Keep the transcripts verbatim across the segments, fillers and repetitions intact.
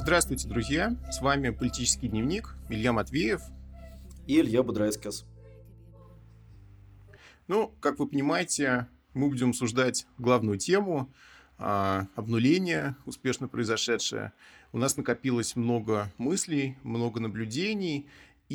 Здравствуйте, друзья! С вами «Политический дневник», Илья Матвеев. И Илья Будрайцкас. Ну, как вы понимаете, мы будем обсуждать главную тему а, обнуления, успешно произошедшее. У нас накопилось много мыслей, много наблюдений,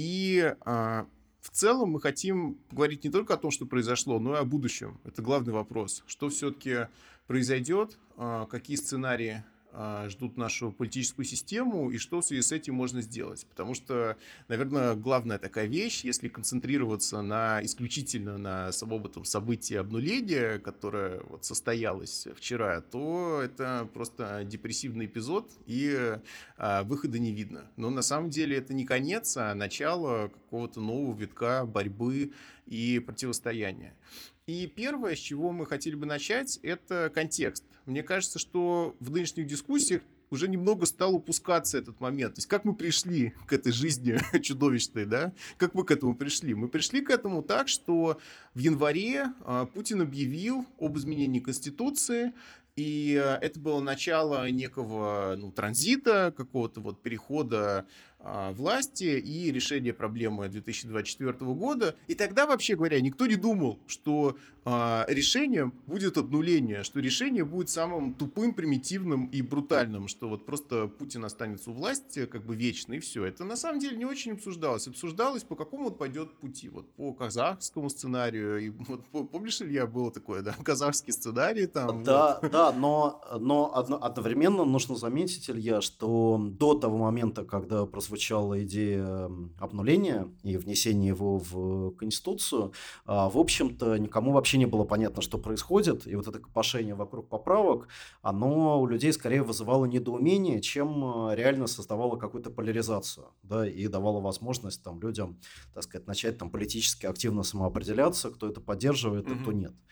и а, в целом мы хотим говорить не только о том, что произошло, но и о будущем. Это главный вопрос. Что все-таки произойдет, а, какие сценарии а, ждут нашу политическую систему и что в связи с этим можно сделать. Потому что, наверное, главная такая вещь, если концентрироваться на, исключительно на самом этом событии обнуления, которое вот состоялось вчера, то это просто депрессивный эпизод и а, выхода не видно. Но на самом деле это не конец, а начало какого-то нового витка борьбы и противостояния. И первое, с чего мы хотели бы начать, это контекст. Мне кажется, что в нынешних дискуссиях уже немного стал упускаться этот момент. То есть как мы пришли к этой жизни чудовищной, да? Как мы к этому пришли? Мы пришли к этому так, что в январе а, Путин объявил об изменении Конституции, и а, это было начало некого ну, транзита, какого-то вот перехода а, власти и решения проблемы две тысячи двадцать четвёртого года. И тогда, вообще говоря, никто не думал, что а, решением будет обнуление, что решение будет самым тупым, примитивным и брутальным, что вот просто Путин останется у власти как бы вечно, и все. Это на самом деле не очень обсуждалось. Обсуждалось, по какому вот пойдет пути. Вот по казахскому сценарию. И вот, помнишь, Илья, было такое, да? Казахский сценарий там. Да, Вот. да, но, но одно- одновременно нужно заметить, Илья, что до того момента, когда прозвучала идея м, обнуления и внесения его в Конституцию, а, в общем-то, никому вообще не было понятно, что происходит. И вот это копошение вокруг поправок, оно у людей скорее вызывало недоумение, чем а, реально создавало какую-то поляризацию, да, и давало возможность там людям, так сказать, начать там политически активно самоопределяться, кто это поддерживает, а кто Мгм. нет.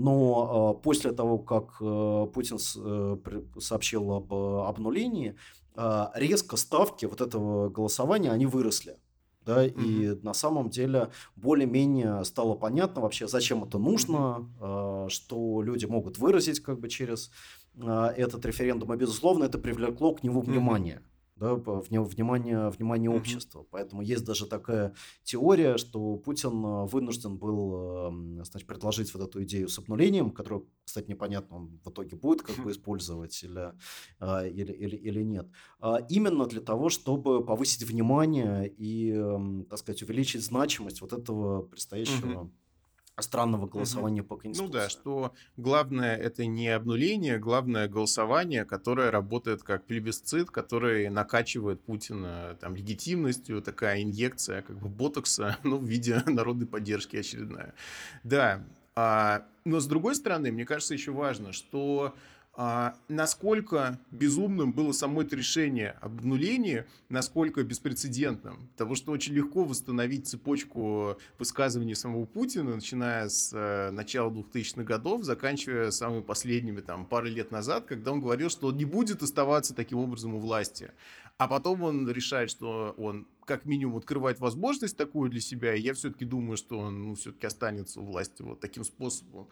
Но э, после того, как э, Путин с- э, при- сообщил об э, обнулении, э, резко ставки вот этого голосования, они выросли. Да, Мгм. и на самом деле более-менее стало понятно вообще, зачем это Мгм. нужно, э, что люди могут выразить как бы через э, этот референдум. И, безусловно, это привлекло к нему Мгм. внимание. Да, по- вне- внимание, внимание Мгм. общества. Поэтому есть даже такая теория, что Путин э, вынужден был эм, значит, предложить вот эту идею с обнулением, которую, кстати, непонятно, он в итоге будет как бы использовать или, э, или, или, или нет. А именно для того, чтобы повысить внимание и, эм, так сказать, увеличить значимость вот этого Мгм. предстоящего странного Мгм. голосования по Ну да, Конституции. что главное это не обнуление, главное голосование, которое работает как плебисцит, который накачивает Путина там легитимностью, такая инъекция как бы ботокса, ну, в виде народной поддержки очередная. Да, а, но с другой стороны, мне кажется, еще важно, что а, насколько безумным было само это решение об обнулении, насколько беспрецедентным. Потому что очень легко восстановить цепочку высказываний самого Путина, начиная с э, начала двухтысячных годов, заканчивая самыми последними, там, пару лет назад, когда он говорил, что он не будет оставаться таким образом у власти. А потом он решает, что он как минимум открывает возможность такую для себя, и я все-таки думаю, что он ну, все-таки останется у власти вот таким способом.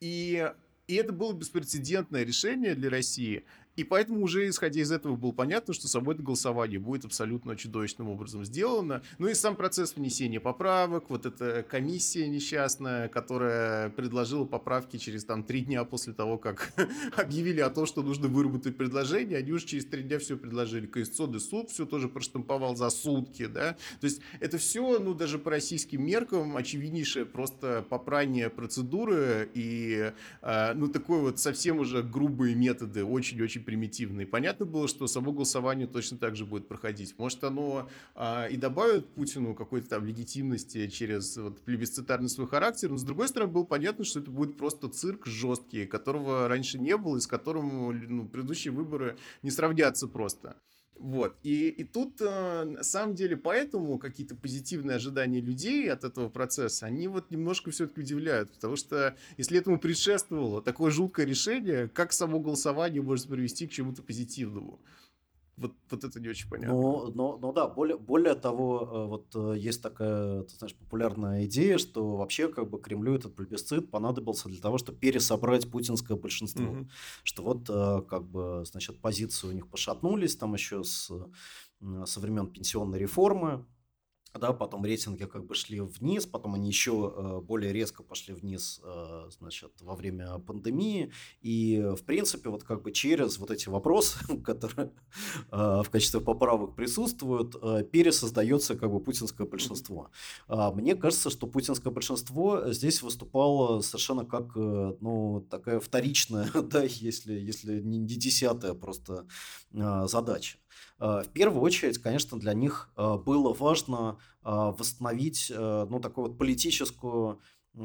И и это было беспрецедентное решение для России. И поэтому уже исходя из этого было понятно, что само это голосование будет абсолютно чудовищным образом сделано. Ну и сам процесс внесения поправок, вот эта комиссия несчастная, которая предложила поправки через там три дня после того, как объявили о том, что нужно выработать предложение, они уже через три дня все предложили. Конституционный суд все тоже проштамповал за сутки, да. То есть это все, ну даже по российским меркам, очевиднейшее просто попрание процедуры и а, ну, такой вот совсем уже грубые методы, очень-очень примитивные. Понятно было, что само голосование точно так же будет проходить. Может, оно а, и добавит Путину какой-то там легитимности через вот, плебисцитарный свой характер, но, с другой стороны, было понятно, что это будет просто цирк жесткий, которого раньше не было, и с которым ну, предыдущие выборы не сравнятся просто. Вот. И, и тут, э, на самом деле, поэтому какие-то позитивные ожидания людей от этого процесса, они вот немножко все-таки удивляют, потому что если этому предшествовало такое жуткое решение, как само голосование может привести к чему-то позитивному? Вот, вот это не очень понятно. Но, но, но да, более, более того, э, вот э, есть такая, ты знаешь, популярная идея, что вообще как бы Кремлю этот плебисцит понадобился для того, чтобы пересобрать путинское большинство. Мгм. Что вот э, как бы, значит, позиции у них пошатнулись там еще с, м, со времен пенсионной реформы. Да, потом рейтинги как бы шли вниз, потом они еще э, более резко пошли вниз, э, значит, во время пандемии. И, э, в принципе, вот как бы через вот эти вопросы, которые э, в качестве поправок присутствуют, э, пересоздается как бы путинское Мгм. большинство. А, Мне кажется, что путинское большинство здесь выступало совершенно как, э, ну, такая вторичная, да, если, если не не десятая просто а, задача. А, В первую очередь, конечно, для них а, было важно а, восстановить, э, ну, такую вот политическую,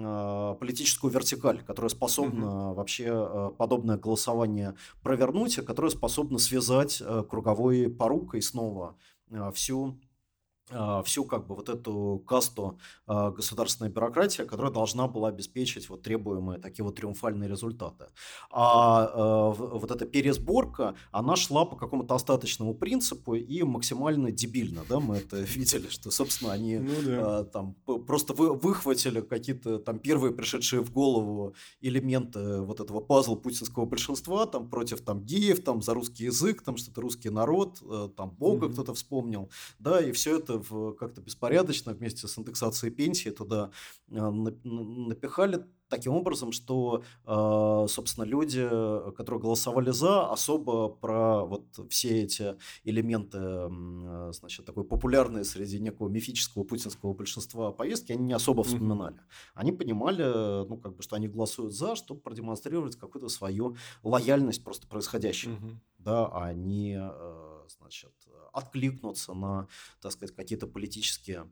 а, политическую вертикаль, которая Мгм. способна вообще а, подобное голосование провернуть, и которая способна связать а, круговой порукой снова а, всю а, всю как бы вот эту касту а, государственной бюрократии, которая должна была обеспечить вот требуемые такие вот триумфальные результаты. А а, в- вот эта пересборка, она шла по какому-то остаточному принципу и максимально дебильно, да, мы это видели, что, собственно, они Ну да. а, там п- просто вы- выхватили какие-то там первые пришедшие в голову элементы вот этого пазла путинского большинства, там против там геев, там за русский язык, там что-то русский народ, э, там Бога Мгм. кто-то вспомнил, да, и все это в как-то беспорядочно вместе с индексацией пенсии туда а, на- на- напихали таким образом, что, а, собственно, люди, э, которые голосовали за, особо про вот все эти элементы, м, э, значит, такой популярные среди некого мифического путинского большинства повестки, они не особо Мгм. вспоминали. Они понимали, э, ну, как бы, что они голосуют за, чтобы продемонстрировать какую-то свою лояльность просто происходящему, Мгм. да, а не, э, значит, откликнуться на, так сказать, какие-то политические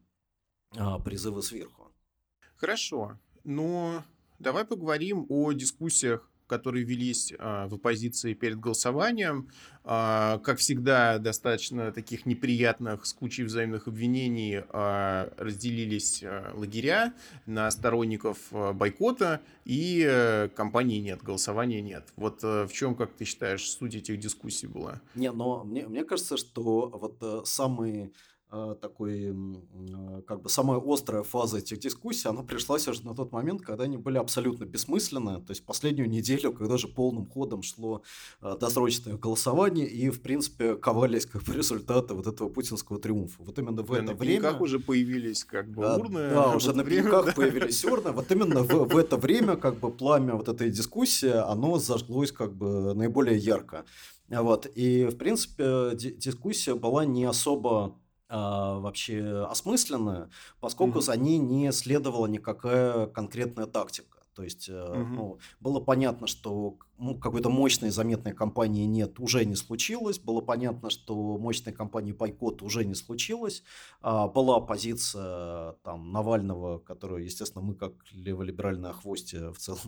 а, призывы сверху. Хорошо. Но давай поговорим о дискуссиях, которые велись а, в оппозиции перед голосованием. А, как всегда, достаточно таких неприятных, с кучей взаимных обвинений а, разделились а, лагеря на сторонников а, бойкота и э, кампании нет, голосования нет. Вот э, в чем, как ты считаешь, суть этих дискуссий была? Не, но мне, мне кажется, что вот э, самый э, такой, м, э, как бы самая острая фаза этих дискуссий, она пришлась уже на тот момент, когда они были абсолютно бессмысленны. То есть последнюю неделю, когда же полным ходом шло э, досрочное голосование, и, в принципе, ковались как бы результаты вот этого путинского триумфа. Вот именно в Да, это на пеньках время уже появились как бы А, урны да, в уже это на время, пеньках да. появились урны. Вот именно в, в это время как бы пламя вот этой дискуссии, оно зажглось как бы наиболее ярко. А Вот. И, в принципе, ди- дискуссия была не особо а, вообще осмысленная, поскольку Мгм. за ней не следовала никакая конкретная тактика. То есть, э, Мгм. ну, было понятно, что ну, какой-то мощной заметной кампании нет, уже не случилось. Было понятно, что мощной кампании бойкот уже не случилось. А, была позиция там Навального, которую, естественно, мы как леволиберальное хвосте в целом,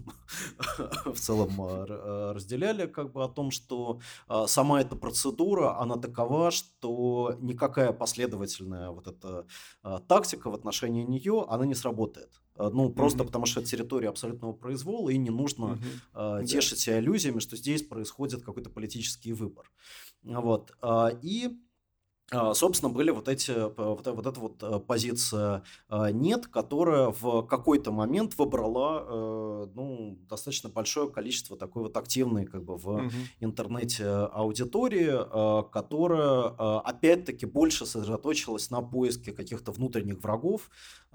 в целом а, р- а, разделяли, как бы о том, что а, сама эта процедура, она такова, что никакая последовательная вот эта а, тактика в отношении нее, она не сработает. А, Ну, просто Мгм. потому что это территория абсолютного произвола, и не нужно Мгм. а, Да. тешить себя иллюзиями, что здесь происходит какой-то политический выбор. Вот. А, И а, собственно, были вот эти, п вот э- вот эта вот, э, позиция, а, "нет", которая в какой-то момент выбрала, э, ну, достаточно большое количество такой вот активной как бы в Мгм. интернете аудитории, а, которая, а, опять-таки больше сосредоточилась на поиске каких-то внутренних врагов,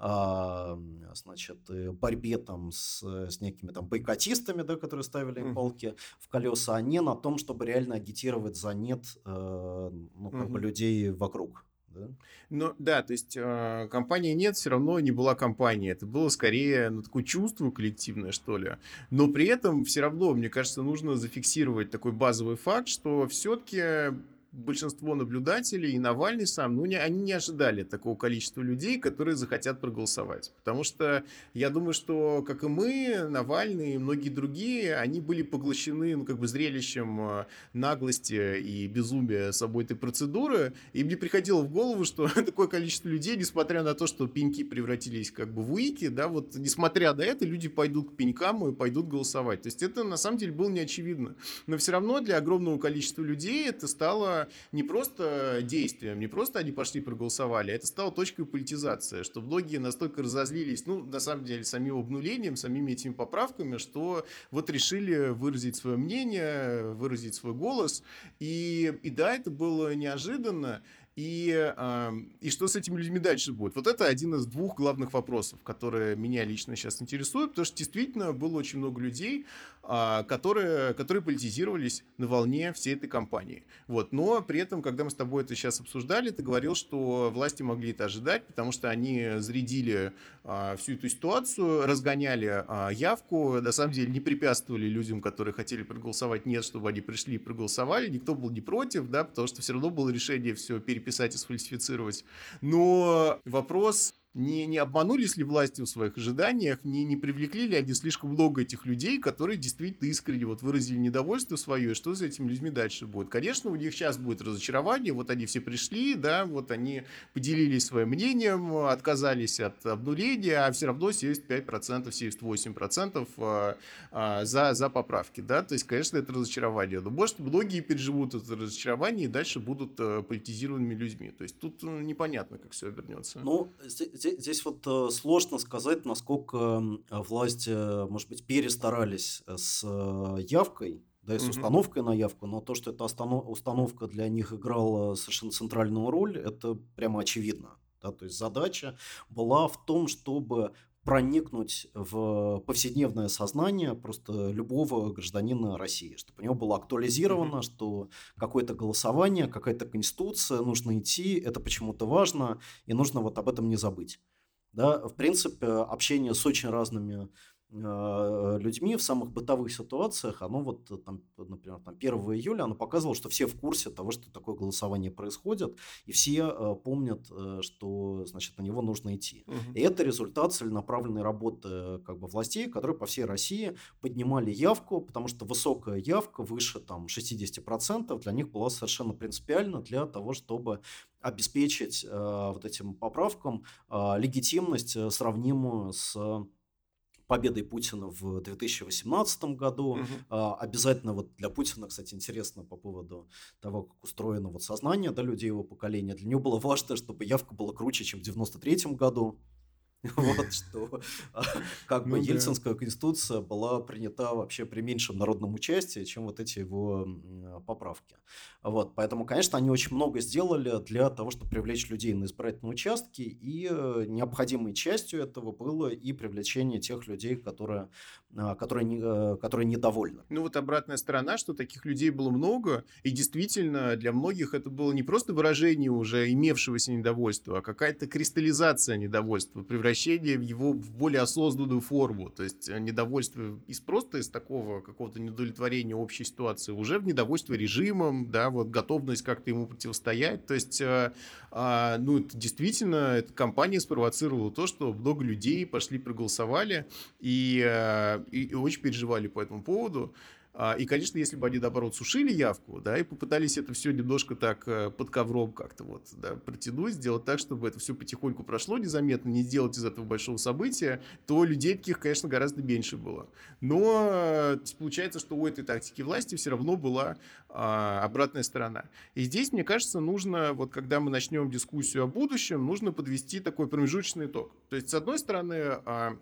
а, м, значит, э, борьбе там с с некими там бойкотистами, да, которые ставили им Мгм. палки в колеса, а не на том, чтобы реально агитировать за "нет", э, ну, как бы Мгм. людей вокруг, да. Ну да, то есть э, компания нет, все равно не была компанией. Это было скорее, ну, такое чувство коллективное, что ли. Но при этом все равно, мне кажется, нужно зафиксировать такой базовый факт, что все-таки большинство наблюдателей и Навальный сам, ну, не, они не ожидали такого количества людей, которые захотят проголосовать. Потому что я думаю, что, как и мы, Навальный и многие другие, они были поглощены, ну, как бы зрелищем э, наглости и безумия собой этой процедуры. И мне приходило в голову, что такое количество людей, несмотря на то, что пеньки превратились как бы в уики, да, вот несмотря на это, люди пойдут к пенькам и пойдут голосовать. То есть это на самом деле было не очевидно. Но все равно для огромного количества людей это стало стало не просто действием, не просто они пошли проголосовали, а это стало точкой политизации, что многие настолько разозлились, ну, на самом деле, самим обнулением, самими этими поправками, что вот решили выразить свое мнение, выразить свой голос. И, и да, это было неожиданно. И, э, и что с этими людьми дальше будет? Вот это один из двух главных вопросов, которые меня лично сейчас интересуют, потому что действительно было очень много людей, э, которые, которые политизировались на волне всей этой кампании. Вот. Но при этом, когда мы с тобой это сейчас обсуждали, ты говорил, что власти могли это ожидать, потому что они зарядили э, всю эту ситуацию, разгоняли э, явку, на самом деле не препятствовали людям, которые хотели проголосовать «нет», чтобы они пришли и проголосовали. Никто был не против, да, потому что все равно было решение все переписать писать и сфальсифицировать. Но вопрос, не, не обманулись ли власти в своих ожиданиях, не, не привлекли ли они слишком много этих людей, которые действительно искренне вот выразили недовольство свое, и что с этими людьми дальше будет. Конечно, у них сейчас будет разочарование, вот они все пришли, да, вот они поделились своим мнением, отказались от обнуления, а все равно семьдесят пять процентов, семьдесят восемь процентов а, а, за, за поправки, да, то есть, конечно, это разочарование, но может, многие переживут это разочарование и дальше будут а, политизированными людьми, то есть тут ну, непонятно, как все обернется. Ну, здесь, здесь вот э, сложно сказать, насколько м, э, власти, э, может быть, перестарались э, с э, явкой, да, и с Мгм. установкой на явку, но то, что эта останов- установка для них играла совершенно центральную роль, это прямо очевидно. Да, то есть задача была в том, чтобы проникнуть в повседневное сознание просто любого гражданина России, чтобы у него было Мгм. актуализировано, что какое-то голосование, какая-то конституция, нужно идти, это почему-то важно, и нужно вот об этом не забыть. Да, в принципе, общение с очень разными э, людьми в самых бытовых ситуациях, оно вот э, там, например, там первого июля, оно показывало, что все в курсе того, что такое голосование происходит, и все э, помнят, э, что, значит, на него нужно идти. Мгм. И это результат целенаправленной работы э, как бы властей, которые по всей России поднимали явку, потому что высокая явка, выше там шестьдесят процентов, для них была совершенно принципиальна для того, чтобы обеспечить э, вот этим поправкам а, легитимность, э, сравнимую с победой Путина в две тысячи восемнадцатом году. Мгм. А, Обязательно вот для Путина, кстати, интересно по поводу того, как устроено вот сознание, да, людей его поколения. Для него было важно, чтобы явка была круче, чем в девяносто третьем году. Вот что а, как бы Ну да. Ельцинская конституция была принята вообще при меньшем народном участии, чем вот эти его м, поправки. Вот, поэтому, конечно, они очень много сделали для того, чтобы привлечь людей на избирательные участки, и э, необходимой частью этого было и привлечение тех людей, которые, а, которые, не- э, которые недовольны. Ну вот обратная сторона, что таких людей было много, и действительно для многих это было не просто выражение уже имевшегося недовольства, а какая-то кристаллизация недовольства, превращение в его в более осознанную форму. То есть э, недовольство из просто из такого какого-то недовлетворения общей ситуации уже в недовольство режимом, да, вот готовность как-то ему противостоять. То есть, э, а, ну это действительно, эта кампания спровоцировала то, что много людей пошли проголосовали и, э, и, и очень переживали по этому поводу. А, И, конечно, если бы они, наоборот, сушили явку, да, и попытались это все немножко так э, под ковром как-то вот, да, протянуть, сделать так, чтобы это все потихоньку прошло незаметно, не сделать из этого большого события, то людей таких, конечно, гораздо меньше было. Но э, получается, что у этой тактики власти все равно была а, обратная сторона. И здесь, мне кажется, нужно, вот когда мы начнем дискуссию о будущем, нужно подвести такой промежуточный итог. То есть, с одной стороны, а,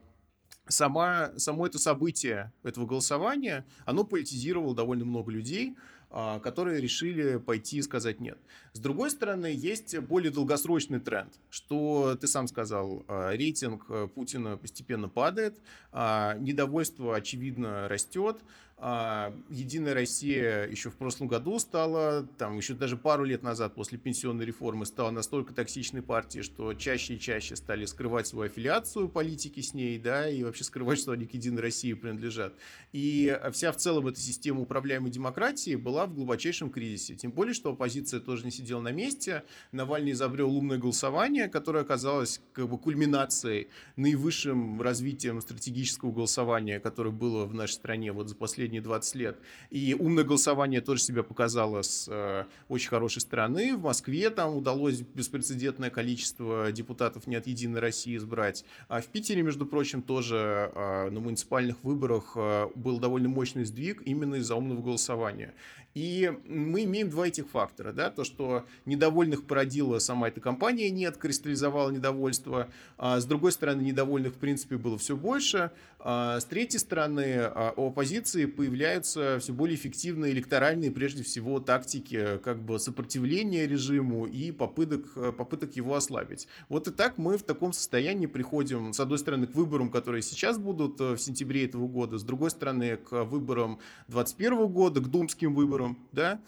сама, само это событие этого голосования, оно политизировало довольно много людей, а, которые решили пойти и сказать нет. С другой стороны, есть более долгосрочный тренд, что ты сам сказал, а, рейтинг а, Путина постепенно падает, а, недовольство, очевидно, растет. а, Единая Россия еще в прошлом году стала, там еще даже пару лет назад после пенсионной реформы стала настолько токсичной партией, что чаще и чаще стали скрывать свою аффилиацию политики с ней, да, и вообще скрывать, что они к Единой России принадлежат. И вся в целом эта система управляемой демократии была в глубочайшем кризисе. Тем более, что оппозиция тоже не сидела на месте. Навальный изобрел умное голосование, которое оказалось как бы кульминацией, наивысшим развитием стратегического голосования, которое было в нашей стране вот за последние двадцать лет. И умное голосование тоже себя показало с э, очень хорошей стороны. В Москве там удалось беспрецедентное количество депутатов не от Единой России избрать. А в Питере, между прочим, тоже э, на муниципальных выборах э, был довольно мощный сдвиг именно из-за умного голосования. И мы имеем два этих фактора, да, то, что недовольных породила сама эта компания, нет, кристаллизовала недовольство, а с другой стороны, недовольных, в принципе, было все больше, а с третьей стороны, а, у оппозиции появляются все более эффективные электоральные, прежде всего, тактики как бы сопротивления режиму и попыток, попыток его ослабить. Вот и так мы в таком состоянии приходим, с одной стороны, к выборам, которые сейчас будут в сентябре этого года, с другой стороны, к выборам двадцать первого года, к думским выборам, да,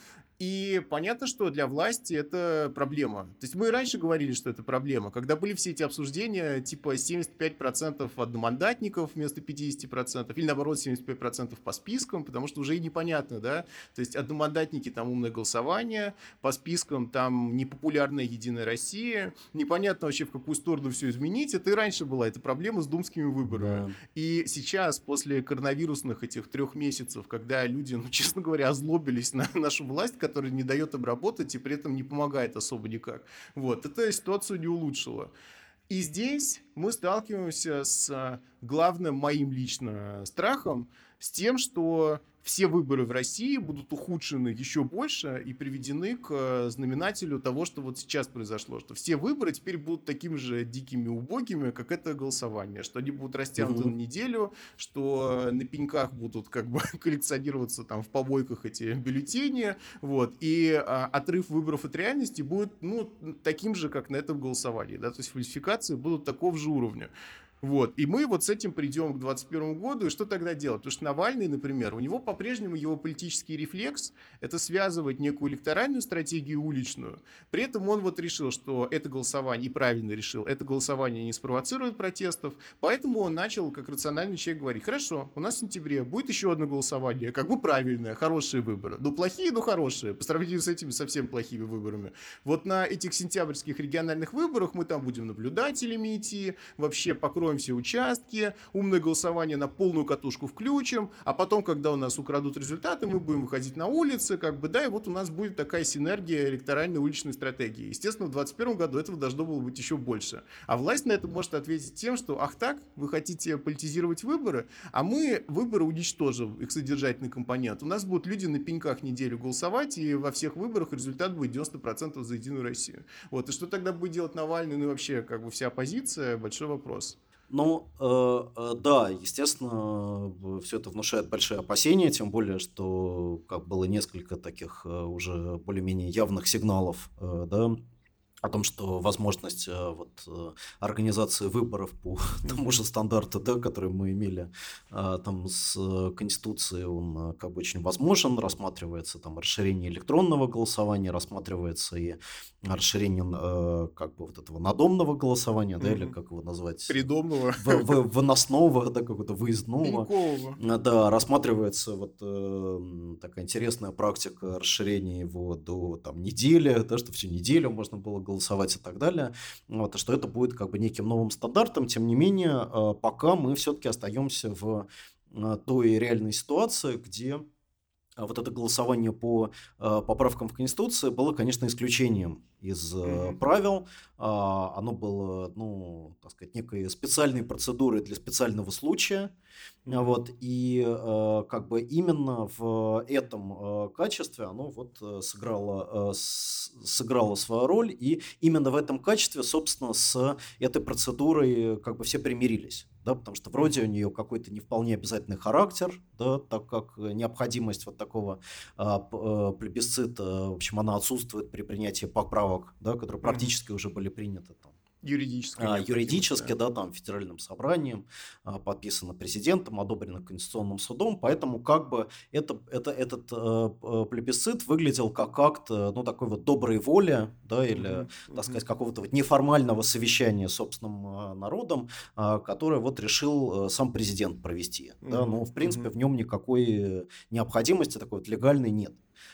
и понятно, что для власти это проблема. То есть мы и раньше говорили, что это проблема. Когда были все эти обсуждения, типа семьдесят пять процентов одномандатников вместо пятьдесят процентов, или наоборот семьдесят пять процентов по спискам, потому что уже и непонятно, да. То есть одномандатники там умное голосование, по спискам там непопулярная Единая Россия, непонятно вообще в какую сторону все изменить. Это и раньше была эта проблема с думскими выборами. Да. И сейчас, после коронавирусных этих трех месяцев, когда люди, ну, честно говоря, озлобились на нашу власть, который не дает им работать и при этом не помогает особо никак. Вот, это ситуацию не улучшило. И здесь мы сталкиваемся с главным моим лично страхом, с тем, что все выборы в России будут ухудшены еще больше и приведены к знаменателю того, что вот сейчас произошло, что все выборы теперь будут такими же дикими убогими, как это голосование, что они будут растянуты Мгм. на неделю, что на пеньках будут как бы коллекционироваться там в побойках эти бюллетени, вот, и а, отрыв выборов от реальности будет, ну, таким же, как на этом голосовании, да, то есть фальсификации будут такого же уровня. Вот. И мы вот с этим придем к двадцать первому году, и что тогда делать? Потому что Навальный, например, у него по-прежнему его политический рефлекс — это связывать некую электоральную стратегию уличную. При этом он вот решил, что это голосование, и правильно решил, это голосование не спровоцирует протестов, поэтому он начал, как рациональный человек, говорить: хорошо, у нас в сентябре будет еще одно голосование, как бы правильное, хорошие выборы. Ну, плохие, но хорошие, по сравнению с этими совсем плохими выборами. Вот на этих сентябрьских региональных выборах мы там будем наблюдателями идти, вообще покроем все участки, умное голосование на полную катушку включим, а потом, когда у нас украдут результаты, мы будем выходить на улицы, как бы, да, и вот у нас будет такая синергия электоральной уличной стратегии. Естественно, в двадцать первом году этого должно было быть еще больше. А власть на это может ответить тем, что: ах так, вы хотите политизировать выборы, а мы выборы уничтожим, их содержательный компонент. У нас будут люди на пеньках неделю голосовать, и во всех выборах результат будет девяносто процентов за Единую Россию. Вот, и что тогда будет делать Навальный, ну и вообще, как бы, вся оппозиция, большой вопрос. Ну, э, э, да, естественно, все это внушает большие опасения, тем более, что как было несколько таких э, уже более-менее явных сигналов, э, да, о том, что возможность э, вот, э, организации выборов по тому же стандарту, да, который мы имели э, там с э, Конституцией, он э, как бы очень возможен, рассматривается там расширение электронного голосования, рассматривается и расширение э, как бы вот этого надомного голосования, да, или Мгм. как его назвать, э, Придомного. в, в- выносного, да, какого-то выездного. Пенькового. Э, Да, рассматривается вот э, м, такая интересная практика расширения его до там недели, да, что всю неделю можно было голосовать и так далее. Вот, и что это будет как бы неким новым стандартом. Тем не менее, э, пока мы все-таки остаемся в э, той реальной ситуации, где а вот это голосование по э, поправкам в Конституции было, конечно, исключением из э, Мгм. правил. А, оно было, ну, так сказать, некой специальной процедурой для специального случая. А Мгм. Вот, и э, как бы именно в этом э, качестве оно вот э, сыграло, э, с- сыграло свою роль, и именно в этом качестве, собственно, с этой процедурой как бы все примирились. Да, потому что вроде у Мгм. нее какой-то не вполне обязательный характер, да, так как э, необходимость вот такого а, п- э, плебисцита, в общем, она отсутствует при принятии поправок, да, которые Мгм. практически уже были приняты там Юридическая а, необходимость, юридически, да. да, там федеральным собранием, а, подписано президентом, одобрено Конституционным судом, поэтому как бы это, это, этот э, п- плебисцит выглядел как акт, э, ну, такой вот доброй воли, да, или, Мгм. так сказать, Мгм. какого-то вот неформального совещания с собственным э, народом, а, которое вот решил э, сам президент провести, да, Мгм. но, в принципе, Мгм. в нем никакой э, необходимости такой вот легальной нет.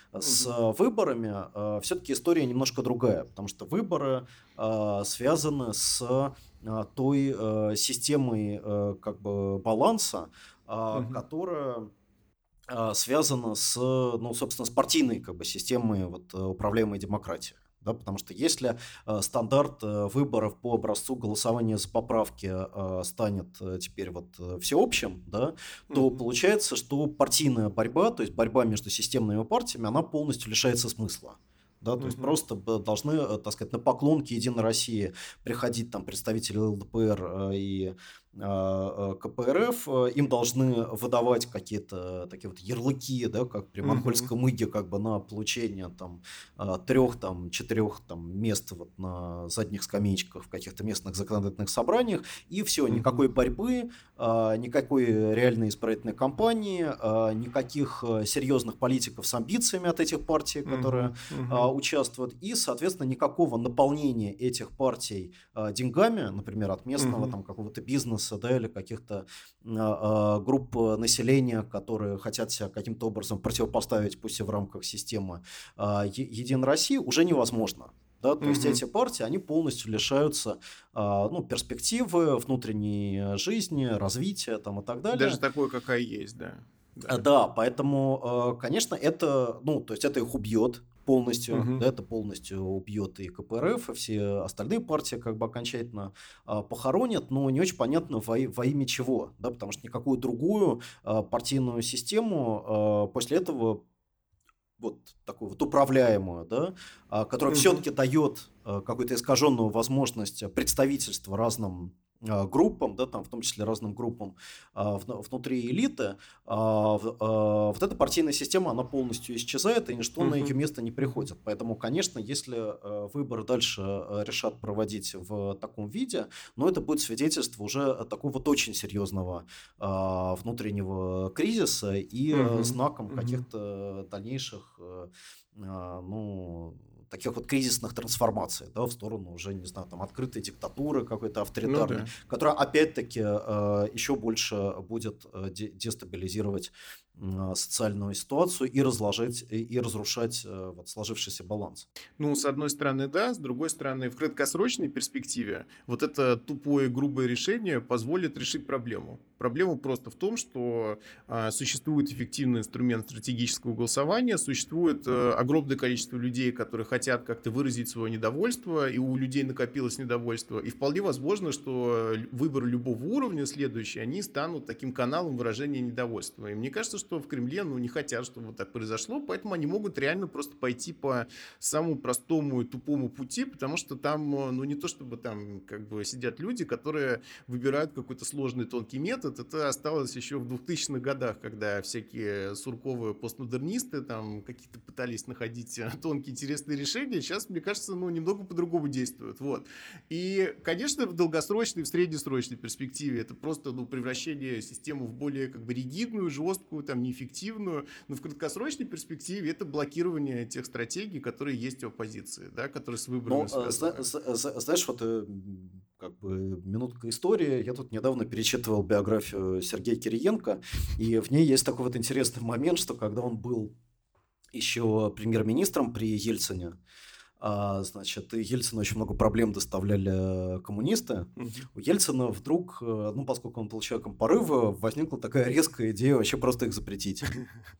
С Мгм. э, выборами все-таки история немножко другая, потому что выборы а, связаны с а, той э, системой э, как бы баланса, а, Мгм. которая а, связана с, ну, собственно, с партийной как бы системой вот, э, управляемой демократией. Да, потому что если э, стандарт э, выборов по образцу голосования за поправки э, станет э, теперь вот э, всеобщим, да, то Мгм. получается, что партийная борьба, то есть борьба между системными партиями, она полностью лишается смысла. Да, то есть Мгм. просто б- должны, э, так сказать, на поклонки Единой России приходить там представители ЛДПР э, и э, э, КПРФ, э, им должны выдавать какие-то такие вот ярлыки, да, как при Мгм. монгольском иге, как бы на получение там а, трех, там, четырех там, мест вот на задних скамеечках в каких-то местных законодательных собраниях, и все, Мгм. никакой борьбы, а, никакой реальной избирательной кампании, а, никаких а, серьезных политиков с амбициями от этих партий, которые Мгм. а, Мгм. участвуют, и, соответственно, никакого наполнения этих партий а, деньгами, например, от местного Мгм. там какого-то бизнеса, да, или каких-то а, а, групп а, населения, которые хотят себя каким-то образом противопоставить, пусть и в рамках системы а, Е- Единой России, уже невозможно. Да, то есть Мгм. эти партии, они полностью лишаются а, ну, перспективы, внутренней э, жизни, развития там, и так Даже далее. такой, какая есть, да. А, Да. Да, поэтому, э, конечно, это, ну, то есть это их убьет полностью, Мгм. да, это полностью убьет и КПРФ, и все остальные партии как бы окончательно а, похоронят, но не очень понятно во, и- во имя чего, да, потому что никакую другую а, партийную систему а, после этого вот такую вот управляемую, да, а, которая Мгм. все-таки дает а, какую-то искаженную возможность представительства разным а, группам, да, там, в том числе разным группам а, вну- внутри элиты, а, в- а, вот эта партийная система, она полностью исчезает, и ничто на ее Мгм. место не Мгм. приходит. Поэтому, конечно, если а, выборы дальше а, решат проводить в таком виде, но это будет свидетельство уже такого вот очень серьезного а, внутреннего кризиса и э, Мгм. знаком Мгм. каких-то дальнейших, э, а, ну, таких вот кризисных трансформаций, да, в сторону уже, не знаю, там, открытой диктатуры какой-то Ну авторитарной, да. которая, опять-таки, э, еще больше будет э, де- дестабилизировать м, социальную ситуацию и разложить, и, и разрушать э, вот сложившийся баланс. Ну, с одной стороны, да, с другой стороны, в краткосрочной перспективе вот это тупое, грубое решение позволит решить проблему. Проблема просто в том, что а, существует эффективный инструмент стратегического голосования, существует э, огромное количество людей, которые хотят как-то выразить свое недовольство, и у людей накопилось недовольство, и вполне возможно, что выборы любого уровня следующие, они станут таким каналом выражения недовольства. И мне кажется, что в Кремле, ну, не хотят, чтобы вот так произошло, поэтому они могут реально просто пойти по самому простому и тупому пути, потому что там, э, ну, не то чтобы там как бы сидят люди, которые выбирают какой-то сложный тонкий метод. Это осталось еще в двухтысячных годах, когда всякие сурковые постмодернисты там какие-то пытались находить э, тонкие интересные решения. Сейчас, мне кажется, ну, немного по-другому действуют. Вот. И, конечно, в долгосрочной, в среднесрочной перспективе это просто, ну, превращение системы в более как бы ригидную, жесткую, там, неэффективную. Но в краткосрочной перспективе это блокирование тех стратегий, которые есть у оппозиции, да, которые с выборами Но, э, зна- связаны. з- з- знаешь, вот э, м, как бы минутка истории. Я тут недавно перечитывал биографию Сергея Кириенко, и в ней есть такой вот интересный момент, что когда он был еще премьер-министром при Ельцине, а, значит, и Ельцину очень много проблем доставляли э, коммунисты. Мгм. У Ельцина вдруг, э, ну, поскольку он был человеком порыва, возникла такая резкая идея вообще просто их запретить.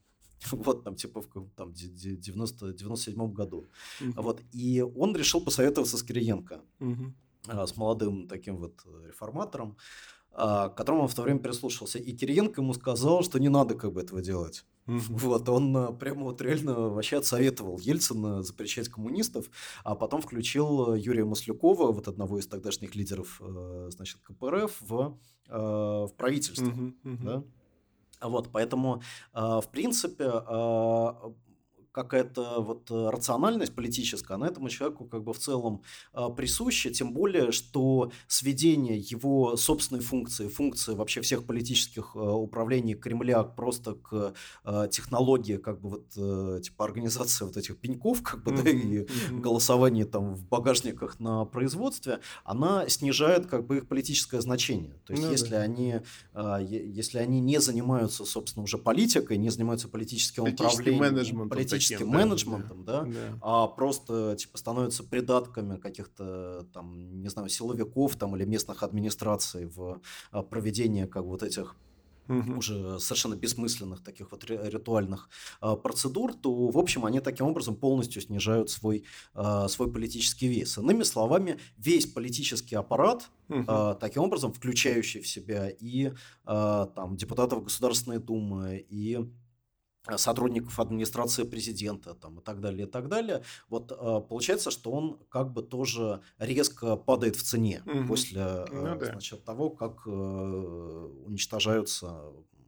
Вот там типа в каком- там де- де- девяносто девяносто седьмом году. Мгм. Вот. И он решил посоветоваться с Кириенко, Мгм. а, с молодым таким вот э, реформатором, а, к которому он в то время прислушался. И Кириенко ему сказал, что не надо как бы этого делать. Мгм. Вот, он а, прямо вот реально вообще отсоветовал Ельцина запрещать коммунистов, а потом включил э, Юрия Маслюкова, вот одного из тогдашних лидеров, э, значит, КПРФ, в, э, в правительство. Мгм. Мгм. Да? Вот, поэтому, а, в принципе, а, какая-то вот э, рациональность политическая, она этому человеку как бы в целом а, присуща, тем более, что сведение его собственной функции, функции вообще всех политических а, управлений Кремля просто к а, технологии как бы вот э, типа организации вот этих пеньков, как бы, да, Мгм. и Мгм. голосование там в багажниках на производстве, она снижает как бы их политическое значение. То есть Ну да. если они а, е- если они не занимаются, собственно, уже политикой, не занимаются политическим Политическим управлением, менеджментом политическим таким, да, да, менеджментом, да, да. а просто типа становятся придатками каких-то там, не знаю, силовиков там или местных администраций в а, проведении как бы вот этих Мгм. уже совершенно бессмысленных таких вот ри- ритуальных а, процедур, то, в общем, они таким образом полностью снижают свой, а, свой политический вес. Иными словами, весь политический аппарат, Мгм. а, таким образом, включающий в себя и а, там, депутатов Государственной Думы, и а, сотрудников администрации президента там, и так далее, и так далее. Вот а, получается, что он как бы тоже резко падает в цене Мгм. после, Ну а, да. значит, того, как э, уничтожаются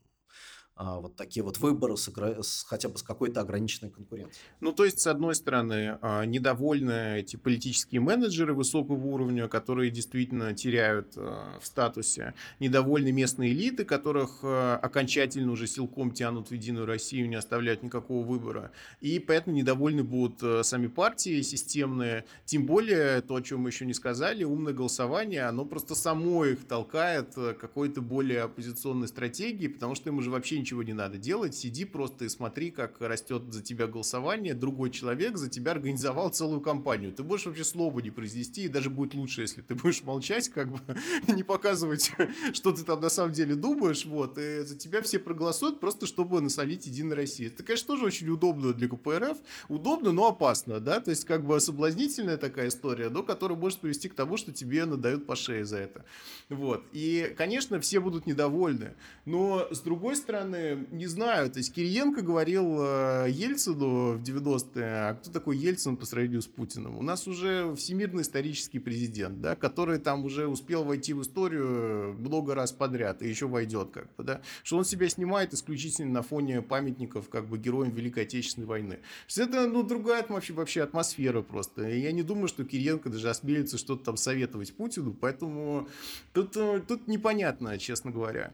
а, вот такие вот выборы с, игра- с хотя бы с какой-то ограниченной конкуренцией. Ну, то есть, с одной стороны, а, недовольны эти политические менеджеры высокого уровня, которые действительно теряют а, в статусе, недовольны местные элиты, которых а, окончательно уже силком тянут в Единую Россию, не оставляют никакого выбора. И поэтому недовольны будут а, сами партии системные. Тем более, то, о чем мы еще не сказали, умное голосование, оно просто само их толкает а, к какой-то более оппозиционной стратегии, потому что им уже вообще ничего не надо делать. Сиди просто и смотри, как растет за тебя голосование. Другой человек за тебя организовал целую кампанию. Ты можешь вообще слова не произнести, и даже будет лучше, если ты будешь молчать, как бы не показывать, что ты там на самом деле думаешь, вот, и за тебя все проголосуют просто, чтобы насолить Единой России. Это, конечно, тоже очень удобно для ка пэ эр эф, удобно, но опасно, да, то есть как бы соблазнительная такая история, но которая может привести к тому, что тебе надают по шее за это. Вот, и, конечно, все будут недовольны, но, с другой стороны, не знаю, то есть Кириенко говорил э, Ельцину в девяностые, а кто такой Ельцин по сравнению с Путиным? У нас уже всемирный исторический президент, да, который там уже успел войти в историю много раз подряд и еще войдет, как бы, да, что он себя снимает исключительно на фоне памятников, как бы, героям Великой Отечественной войны. То есть это, ну, другая вообще, вообще атмосфера просто. И я не думаю, что Кириенко даже осмелится что-то там советовать Путину, поэтому тут, э, тут непонятно, честно говоря.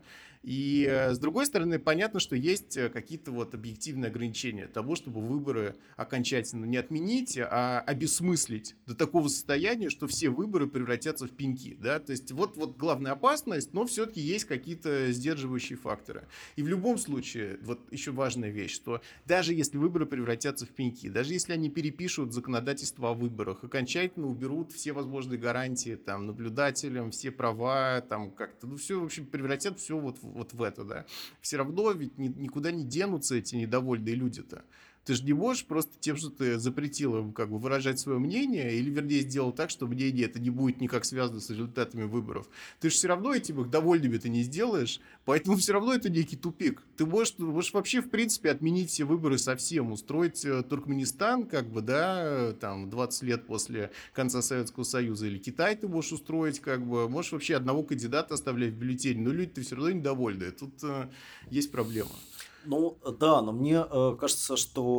И э, с другой стороны, понятно, что есть э, какие-то вот объективные ограничения того, чтобы выборы окончательно не отменить, а обесмыслить до такого состояния, что все выборы превратятся в пеньки. Да? То есть вот, вот главная опасность, но все-таки есть какие-то сдерживающие факторы. И в любом случае, вот еще важная вещь, что даже если выборы превратятся в пеньки, даже если они перепишут законодательство о выборах, окончательно уберут все возможные гарантии там, наблюдателям, все права, там как-то, ну все, в общем, превратят все вот, вот в это, да. Все равно ведь ни, никуда не денутся эти недовольные люди-то. Ты же не можешь просто тем, что ты запретил им как бы выражать свое мнение, или, вернее, сделал так, что мнение это не будет никак связано с результатами выборов. Ты же все равно этим их довольными ты не сделаешь, поэтому все равно это некий тупик. Ты можешь, можешь вообще, в принципе, отменить все выборы совсем, устроить э, Туркменистан, как бы, да, э, там, двадцать лет после конца Советского Союза, или Китай ты можешь устроить, как бы, можешь вообще одного кандидата оставлять в бюллетене, но люди-то все равно недовольны. Тут э, есть проблема. Ну, э, да, но мне э, кажется,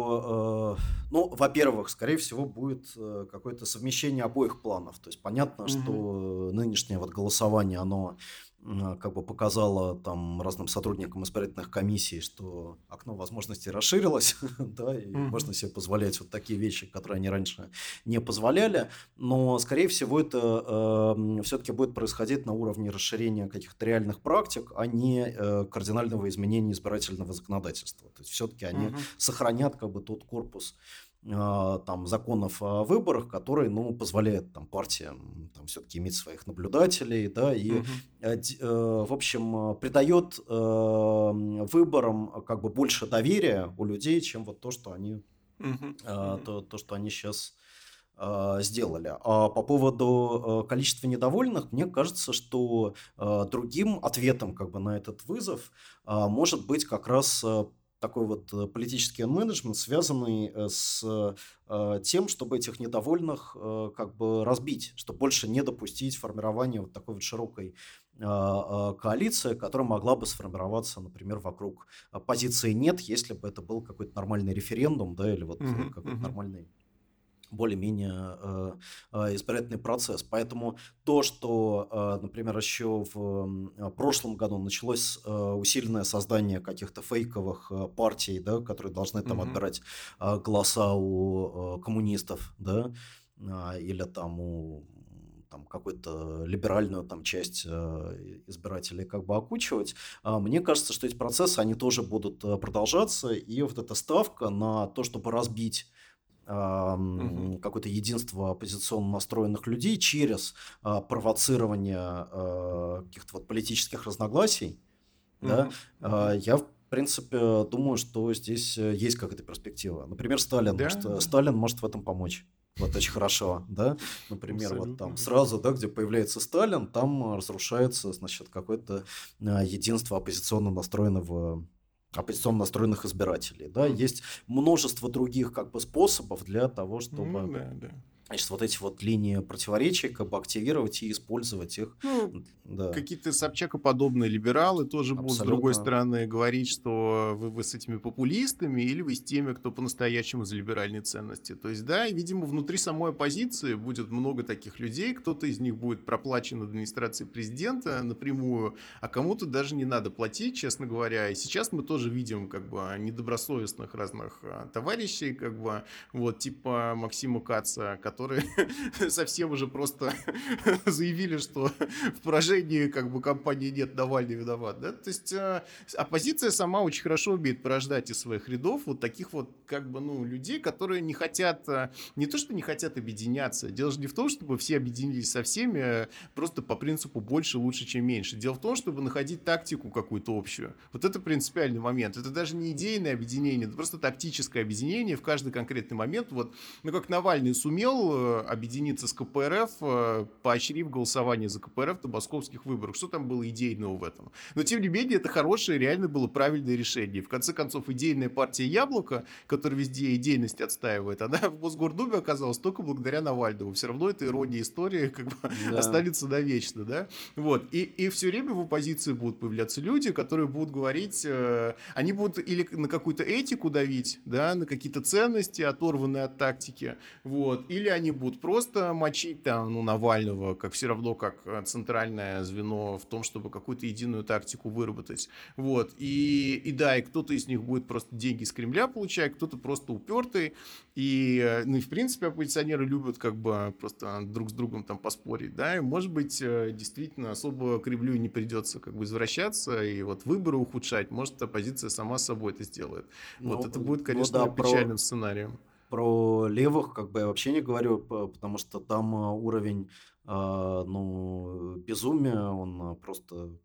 что, э, ну, во-первых, скорее всего, будет э, какое-то совмещение обоих планов. То есть понятно, Мгм. что нынешнее вот голосование, оно м, как бы показало там разным сотрудникам избирательных комиссий, что окно возможностей расширилось, да, и можно Мгм. себе позволять вот такие вещи, которые они раньше не позволяли. Но, скорее всего, это все-таки будет происходить на уровне расширения каких-то реальных практик, а не э, кардинального изменения избирательного законодательства. То есть все-таки они Мгм. сохранят как бы тот корпус а, там, законов о выборах, который, ну, позволяет там, партиям там, все-таки иметь своих наблюдателей, да, и, Мгм. э, д- э, в общем, э, придает э, м, выборам э, как бы больше доверия у людей, чем вот то, что они, Мгм. э, Мгм. то, то, что они сейчас а, сделали. А по поводу э, количества недовольных, мне кажется, что э, другим ответом как бы на этот вызов а, может быть как раз э, такой вот э, политический менеджмент, связанный э, с э, тем, чтобы этих недовольных э, как бы разбить, чтобы больше не допустить формирования вот такой вот широкой а, а, коалиции, которая могла бы сформироваться, например, вокруг а, позиции «нет», если бы это был какой-то нормальный референдум, да, или вот э, Мгм. какой-то Мгм. нормальный более-менее э, э, избирательный процесс. Поэтому то, что, э, например, еще в м, э, прошлом году началось э, усиленное создание каких-то фейковых э, партий, да, которые должны там Мгм. отбирать э, голоса у э, коммунистов, да, а, или там у м, там какую-то либеральную там часть э, избирателей как бы окучивать. А, Мне кажется, что эти процессы, они тоже будут э, продолжаться, и вот эта ставка на то, чтобы разбить Мгм. ам, какое-то единство оппозиционно настроенных людей через а, провоцирование а, каких-то вот политических разногласий, да, Мгм. а, Мгм. я, в принципе, думаю, что здесь э, есть какая-то перспектива. Например, Сталин, Да, может, э, да, Сталин может в этом помочь. Вот очень хорошо, да. Например, вот там абсолютно. сразу, да, где появляется Сталин, там э, разрушается, значит, какое-то а, единство оппозиционно настроенного оппозиционно настроенных избирателей, да. Мгм. Есть множество других как бы способов для того, Ну чтобы, да, да. значит, вот эти вот линии противоречий как бы активировать и использовать их, Ну, да, какие-то собчакоподобные либералы тоже будут, с другой абсолютно. стороны, говорить, что вы, вы с этими популистами или вы с теми, кто по-настоящему за либеральные ценности. То есть, да, и, видимо, внутри самой оппозиции будет много таких людей, кто-то из них будет проплачен администрацией президента напрямую, а кому-то даже не надо платить, честно говоря. И сейчас мы тоже видим как бы недобросовестных разных а, товарищей, как бы, вот, типа Максима Каца, которые совсем уже просто заявили, что в поражении как бы компании нет, Навальный виноват, да, то есть э, оппозиция сама очень хорошо умеет порождать из своих рядов вот таких вот как бы, ну, людей, которые не хотят, э, не то, что не хотят объединяться, дело же не в том, чтобы все объединились со всеми, э, просто по принципу больше лучше, чем меньше, дело в том, чтобы находить тактику какую-то общую, вот это принципиальный момент, это даже не идейное объединение, это просто тактическое объединение в каждый конкретный момент, вот, ну, как Навальный сумел э, объединиться с КПРФ, э, поощрив голосование за КПРФ на московских выборах. Что там было идейного в этом? Но, тем не менее, это хорошее, реально было правильное решение. В конце концов, идейная партия «Яблоко», которая везде идейность отстаивает, она в Мосгордуме оказалась только благодаря Навальному. Все равно эта ирония истории как бы Да. останется навечно, да? Вот. И, и все время в оппозиции будут появляться люди, которые будут говорить, э, они будут или на какую-то этику давить, да, на какие-то ценности, оторванные от тактики, вот, или они будут просто мочить там, ну, Навального, как все равно как э, центральное звено в том, чтобы какую-то единую тактику выработать, вот, и, и да, и кто-то из них будет просто деньги с Кремля получать, кто-то просто упертый, и, э, ну, и в принципе оппозиционеры любят как бы просто друг с другом там поспорить, да, и может быть э, действительно особо к Кремлю не придется как бы извращаться и вот выборы ухудшать, может оппозиция сама собой это сделает, вот, Ну, это будет, ну да, конечно, про, печальным сценарием. про левых как бы я вообще не говорю, п- потому что там а, уровень а, ну, безумия, он а, просто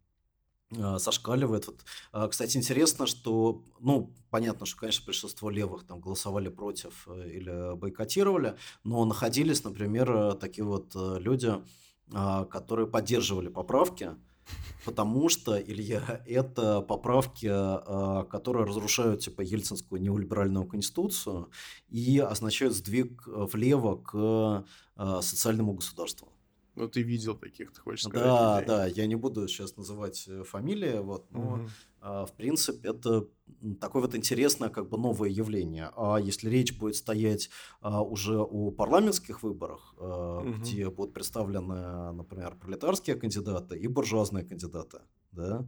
а, зашкаливает. Вот, а, кстати, интересно, что, ну, понятно, что, конечно, большинство левых там голосовали против э, или бойкотировали, но находились, например, э, такие вот э, люди, а, которые поддерживали поправки, потому что, Илья, это поправки, а, которые разрушают типа ельцинскую неолиберальную конституцию и означают сдвиг э, влево к а, социальному государству. Ну, ты видел таких, ты хочешь сказать, Да, людей. да, я не буду сейчас называть э, фамилии, вот, но Мгм. а, в принципе это м, такое вот интересное как бы новое явление. А если речь будет стоять а, уже о парламентских выборах, а, Мгм. где будут представлены, например, пролетарские кандидаты и буржуазные кандидаты, да,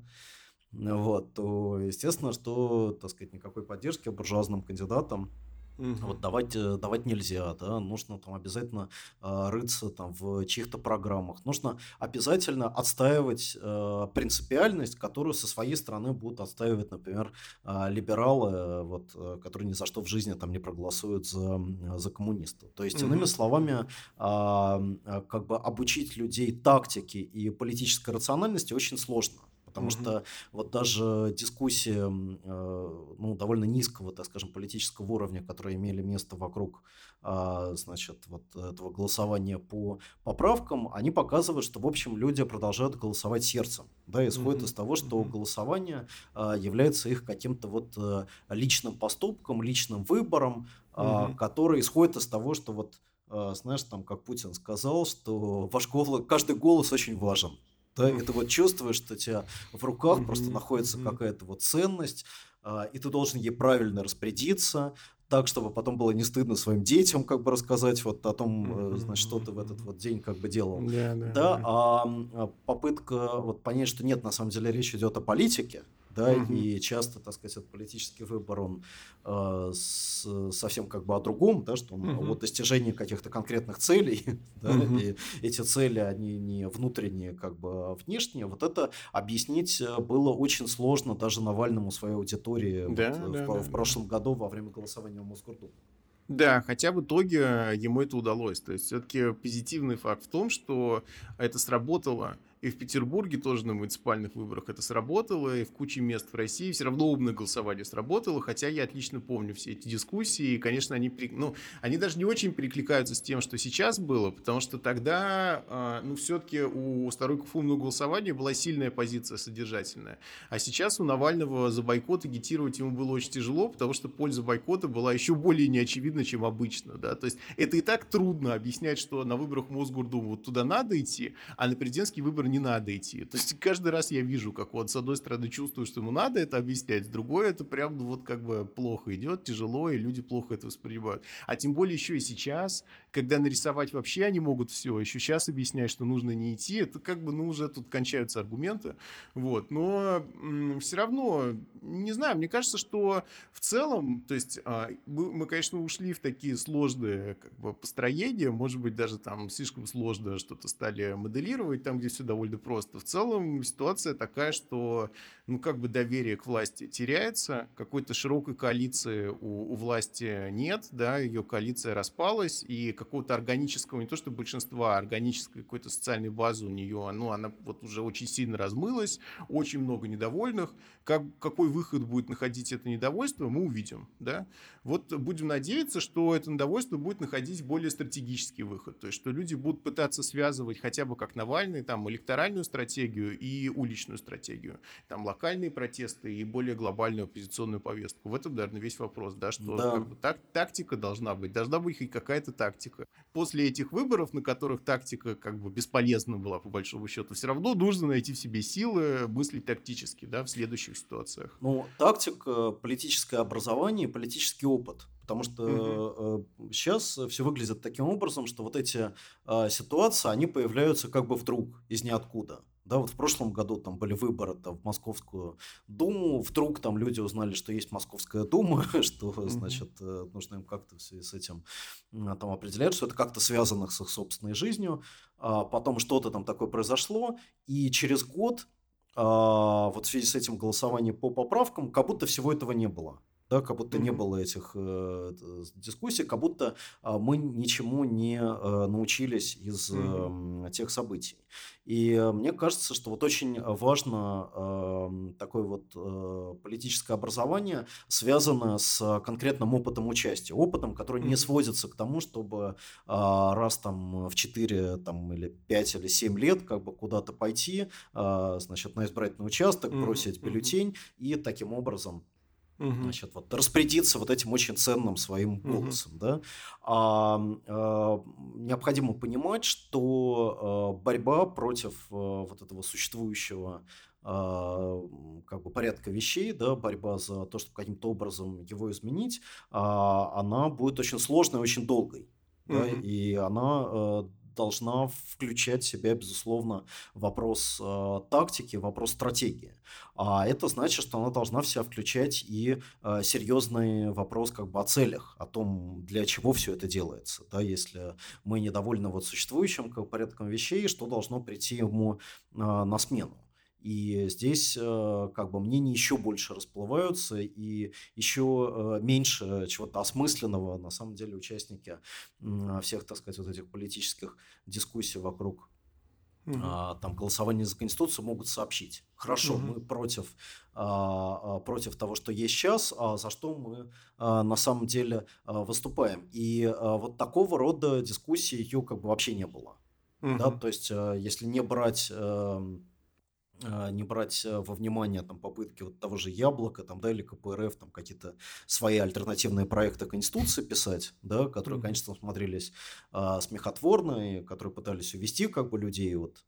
ну вот, то естественно, что, так сказать, никакой поддержки буржуазным кандидатам вот Мгм. давать, э, давать нельзя, да, нужно там обязательно а, рыться там в чьих-то программах, нужно обязательно отстаивать э, принципиальность, которую со своей стороны будут отстаивать, например, а, либералы, э, вот, э, которые ни за что в жизни там не проголосуют за, м, за коммунистов. То есть, иными Мгм. словами, а, м, а, как бы обучить людей тактике и политической рациональности очень сложно. Потому Мгм. что вот даже дискуссии, м, э, ну, довольно низкого, так скажем, политического уровня, которые имели место вокруг, а, значит, вот этого голосования по поправкам, они показывают, что, в общем, люди продолжают голосовать сердцем, да, исходит из Мгм. того, что Мгм. голосование а, является их каким-то вот э, личным поступком, личным выбором, а, Мгм. который исходит из того, что вот, а, знаешь, там, как Путин сказал, что ваш голос, каждый голос очень важен. Да, и Мгм. ты вот чувствуешь, что тебя в руках просто Мгм. находится Мгм. какая-то вот ценность, а, и ты должен ей правильно распорядиться, так, чтобы потом было не стыдно своим детям как бы рассказать вот о том, э, Мгм. значит, что ты в этот Мгм. вот день как бы делал. Да, да, Да, да. а м, а попытка вот понять, что нет, на самом деле речь идет о политике, да, Мгм. и часто, так сказать, этот политический выбор, он э, с- совсем как бы о другом, да, что он о Мгм. достижении каких-то конкретных целей, да, Мгм. и эти цели, они не внутренние, как бы, а внешние. Вот это объяснить э, было очень сложно даже Навальному своей аудитории вот Да, э, в, да, по- да, в да. прошлом году во время голосования в Мосгордуму. Да, хотя в итоге ему это удалось. То есть все-таки позитивный факт в том, что это сработало. И в Петербурге тоже на муниципальных выборах это сработало, и в куче мест в России все равно умное голосование сработало, хотя я отлично помню все эти дискуссии, и, конечно, они, при- ну, они даже не очень перекликаются с тем, что сейчас было, потому что тогда, а, ну, все-таки у сторонников умного голосования была сильная позиция содержательная. А сейчас у Навального за бойкот агитировать ему было очень тяжело, потому что польза бойкота была еще более неочевидна, чем обычно. Да? То есть это и так трудно объяснять, что на выборах в Мосгордуму вот туда надо идти, а на президентский выбор не надо идти. То есть каждый раз я вижу, как вот с одной стороны чувствую, что ему надо это объяснять, с другой это прям ну, вот как бы плохо идет, тяжело, и люди плохо это воспринимают. А тем более еще и сейчас, когда нарисовать вообще они могут все, еще сейчас объяснять, что нужно не идти, это как бы, ну, уже тут кончаются аргументы. Вот. Но м, все равно, не знаю, мне кажется, что в целом, то есть а, мы, мы, конечно, ушли в такие сложные как бы, построения, может быть, даже там слишком сложно что-то стали моделировать, там, где все довольно просто. В целом ситуация такая, что, ну, как бы доверие к власти теряется, какой-то широкой коалиции у, у власти нет, да, ее коалиция распалась, и какого-то органического, не то что большинства, а органической какой-то социальной базы у нее, ну, она вот уже очень сильно размылась, очень много недовольных. Как, какой выход будет находить это недовольство, мы увидим. Да? Вот будем надеяться, что это недовольство будет находить более стратегический выход. То есть, что люди будут пытаться связывать хотя бы как Навальный там, электоральную стратегию и уличную стратегию. Там локальные протесты и более глобальную оппозиционную повестку. В этом, наверное, весь вопрос. Да? Что Да. как бы, так, тактика должна быть. Должна быть хоть какая-то тактика. После этих выборов, на которых тактика как бы бесполезна была, по большому счету, все равно нужно найти в себе силы мыслить тактически, да, в следующих ситуациях. Ну, тактика, политическое образование и политический опыт. Потому Мгм. что э, сейчас все выглядит таким образом, что вот эти а, ситуации, они появляются как бы вдруг, из ниоткуда. Да, вот в прошлом году там были выборы там, в Московскую Думу, вдруг там люди узнали, что есть Московская Дума, что, Мгм. значит, э, нужно им как-то в связи с этим м, там определять, что это как-то связано с их собственной жизнью. А потом что-то там такое произошло, и через год а, вот в связи с этим голосованием по поправкам, как будто всего этого не было. Да, как будто не Мгм. было этих э, т- дискуссий, как будто а, мы ничему не э, научились из Мгм. эм, тех событий. И э, мне кажется, что вот очень важно эм, такое вот э, политическое образование, связано с конкретным опытом участия. Опытом, который не Мгм. сводится к тому, чтобы а, раз там в четыре там, или пять или семь лет как бы куда-то пойти, а, значит, на избирательный участок, Мгм. бросить Мгм. бюллетень и таким образом, Мгм. значит, вот распорядиться вот этим очень ценным своим Мгм. голосом, да. А, а, необходимо понимать, что а, борьба против а, вот этого существующего а, м, как бы порядка вещей, да, борьба за то, чтобы каким-то образом его изменить, а, она будет очень сложной, очень долгой, да, Мгм. и она э, должна включать в себя, безусловно, вопрос э, тактики, вопрос стратегии. А это значит, что она должна в себя включать и э, серьезный вопрос как бы о целях, о том, для чего все это делается. Да, если мы недовольны вот существующим как бы порядком вещей, что должно прийти ему э, на смену. И здесь э, как бы мнения еще больше расплываются, и еще э, меньше чего-то осмысленного на самом деле участники м, всех, так сказать, вот этих политических дискуссий вокруг Мгм. а, там голосование за Конституцию могут сообщить. Хорошо, Мгм. мы против, а, а, против того, что есть сейчас, а за что мы а, на самом деле а, выступаем. И а, вот такого рода дискуссии ее как бы вообще не было. Да, Мгм. то есть, а, если не брать эм, а, не брать э, во внимание там попытки вот того же Яблока там, да, или ка пэ эр эф там какие-то свои альтернативные проекты Конституции писать, да, которые, Мгм. конечно, смотрелись а, смехотворно, и которые пытались увести как бы людей от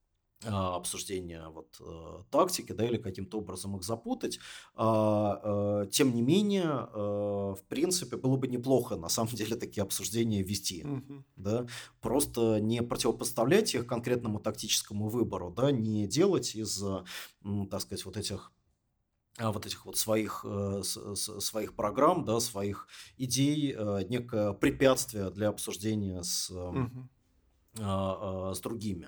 а, обсуждения вот, э, тактики, да, или каким-то образом их запутать. А, э, тем не менее, э, в принципе, было бы неплохо на самом деле такие обсуждения вести. Мгм. Да, просто не противопоставлять их конкретному тактическому выбору, да, не делать из, э, м, так сказать, вот этих а, вот этих вот своих, э, с- с- своих программ, да, своих идей, э, некое препятствие для обсуждения с, эм, Мгм. а, а, с другими,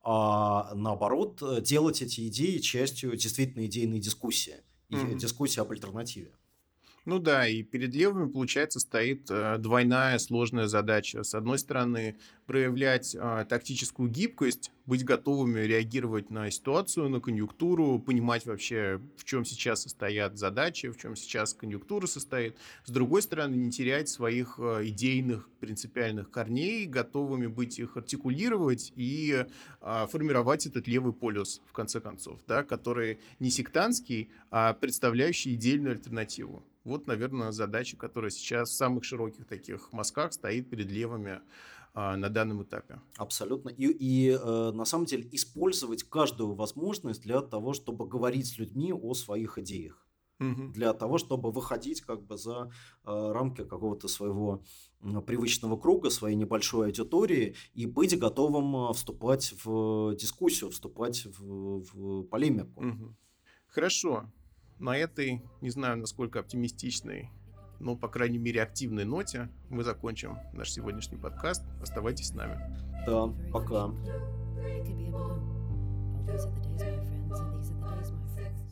а наоборот, э, делать эти идеи частью действительно идейной дискуссии и Мгм. дискуссии об альтернативе. Ну да, и перед левыми, получается, стоит э, двойная сложная задача. С одной стороны, проявлять а, тактическую гибкость, быть готовыми реагировать на ситуацию, на конъюнктуру, понимать вообще, в чем сейчас состоят задачи, в чем сейчас конъюнктура состоит. С другой стороны, не терять своих э, идейных, принципиальных корней, готовыми быть их артикулировать и а, формировать этот левый полюс, в конце концов, да, который не сектантский, а представляющий идейную альтернативу. Вот, наверное, задача, которая сейчас в самых широких таких мазках стоит перед левыми а, на данном этапе. Абсолютно. И, и э, на самом деле использовать каждую возможность для того, чтобы говорить с людьми о своих идеях. Мгм. Для того, чтобы выходить как бы за э, рамки какого-то своего м, привычного круга, своей небольшой аудитории и быть готовым э, вступать в дискуссию, вступать в, в полемику. Мгм. Хорошо. На этой, не знаю, насколько оптимистичной, но, по крайней мере, активной ноте мы закончим наш сегодняшний подкаст. Оставайтесь с нами. Да, пока. It could be a balloon. Oh, these are the days, my friends, and these are the days, my friends.